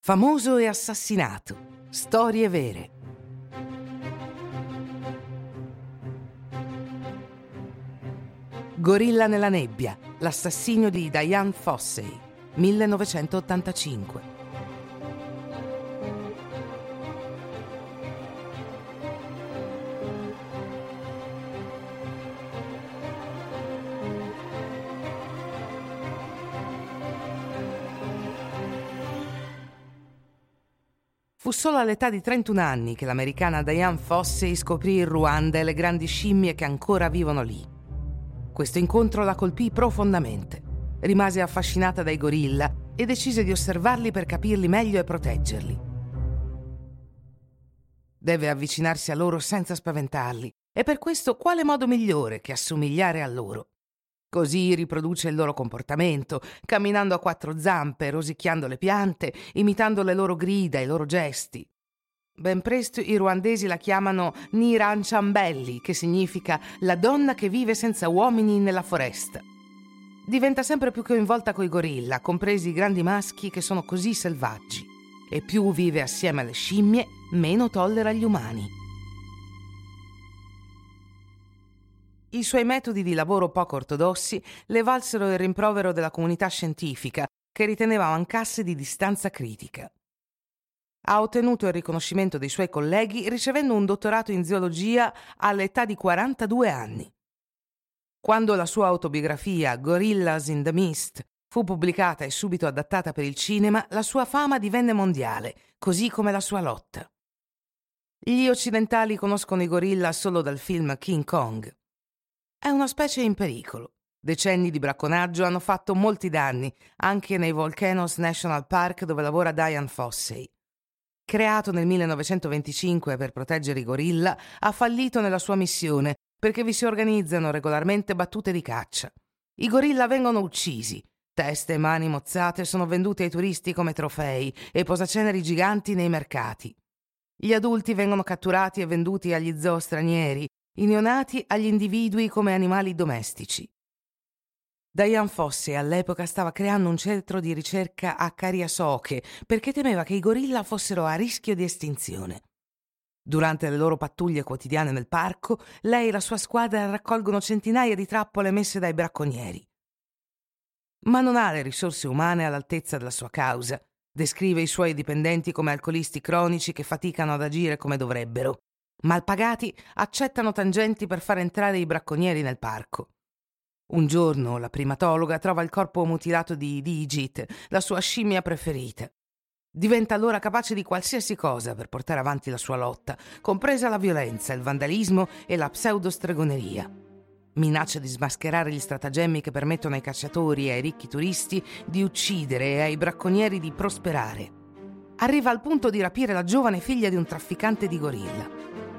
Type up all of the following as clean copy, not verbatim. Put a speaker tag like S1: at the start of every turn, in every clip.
S1: Famoso e assassinato. Storie vere. Gorilla nella nebbia. L'assassinio di Dian Fossey, 1985. Fu solo all'età di 31 anni che l'americana Dian Fossey scoprì il Ruanda e le grandi scimmie che ancora vivono lì. Questo incontro la colpì profondamente. Rimase affascinata dai gorilla e decise di osservarli per capirli meglio e proteggerli. Deve avvicinarsi a loro senza spaventarli, e per questo quale modo migliore che assomigliare a loro? Così riproduce il loro comportamento, camminando a quattro zampe, rosicchiando le piante, imitando le loro grida e i loro gesti. Ben presto i ruandesi la chiamano Niranciambelli, che significa la donna che vive senza uomini nella foresta. Diventa sempre più coinvolta coi gorilla, compresi i grandi maschi che sono così selvaggi. E più vive assieme alle scimmie, meno tollera gli umani. I suoi metodi di lavoro poco ortodossi le valsero il rimprovero della comunità scientifica, che riteneva mancasse di distanza critica. Ha ottenuto il riconoscimento dei suoi colleghi ricevendo un dottorato in zoologia all'età di 42 anni. Quando la sua autobiografia Gorillas in the Mist fu pubblicata e subito adattata per il cinema, la sua fama divenne mondiale, così come la sua lotta. Gli occidentali conoscono i gorilla solo dal film King Kong. È una specie in pericolo. Decenni di bracconaggio hanno fatto molti danni, anche nei Volcanoes National Park dove lavora Dian Fossey. Creato nel 1925 per proteggere i gorilla, ha fallito nella sua missione perché vi si organizzano regolarmente battute di caccia. I gorilla vengono uccisi, teste e mani mozzate sono vendute ai turisti come trofei e posaceneri giganti nei mercati. Gli adulti vengono catturati e venduti agli zoo stranieri, i neonati agli individui come animali domestici. Dian Fossey all'epoca stava creando un centro di ricerca a Karyasoke perché temeva che i gorilla fossero a rischio di estinzione. Durante le loro pattuglie quotidiane nel parco, lei e la sua squadra raccolgono centinaia di trappole messe dai bracconieri. Ma non ha le risorse umane all'altezza della sua causa. Descrive i suoi dipendenti come alcolisti cronici che faticano ad agire come dovrebbero. Malpagati accettano tangenti per far entrare i bracconieri nel parco. Un giorno la primatologa trova il corpo mutilato di Digit, la sua scimmia preferita. Diventa allora capace di qualsiasi cosa per portare avanti la sua lotta, compresa la violenza, il vandalismo e la pseudostregoneria. Minaccia di smascherare gli stratagemmi che permettono ai cacciatori e ai ricchi turisti di uccidere e ai bracconieri di prosperare. Arriva al punto di rapire la giovane figlia di un trafficante di gorilla.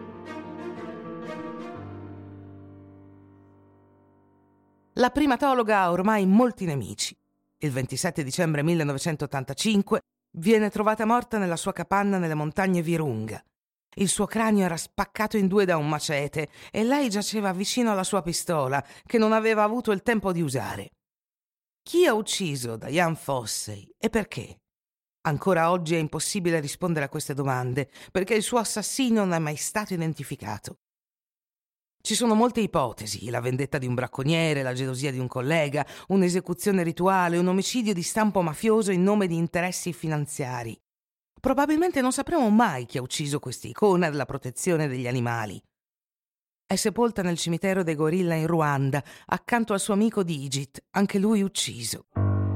S1: La primatologa ha ormai molti nemici. Il 27 dicembre 1985 viene trovata morta nella sua capanna nelle montagne Virunga. Il suo cranio era spaccato in due da un macete e lei giaceva vicino alla sua pistola, che non aveva avuto il tempo di usare. Chi ha ucciso Dian Fossey e perché? Ancora oggi è impossibile rispondere a queste domande, perché il suo assassino non è mai stato identificato. Ci sono molte ipotesi: la vendetta di un bracconiere, la gelosia di un collega, un'esecuzione rituale, un omicidio di stampo mafioso in nome di interessi finanziari. Probabilmente non sapremo mai chi ha ucciso questa icona della protezione degli animali. È sepolta nel cimitero dei gorilla in Ruanda, accanto al suo amico Digit, anche lui ucciso.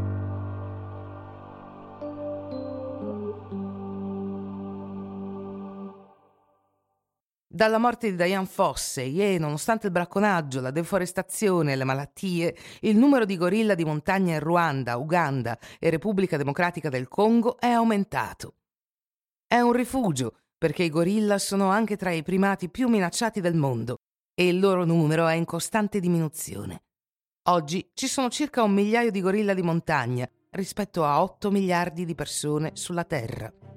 S1: Dalla morte di Dian Fossey e, nonostante il bracconaggio, la deforestazione e le malattie, il numero di gorilla di montagna in Ruanda, Uganda e Repubblica Democratica del Congo è aumentato. È un rifugio, perché i gorilla sono anche tra i primati più minacciati del mondo e il loro numero è in costante diminuzione. Oggi ci sono circa 1 migliaio di gorilla di montagna rispetto a 8 miliardi di persone sulla Terra.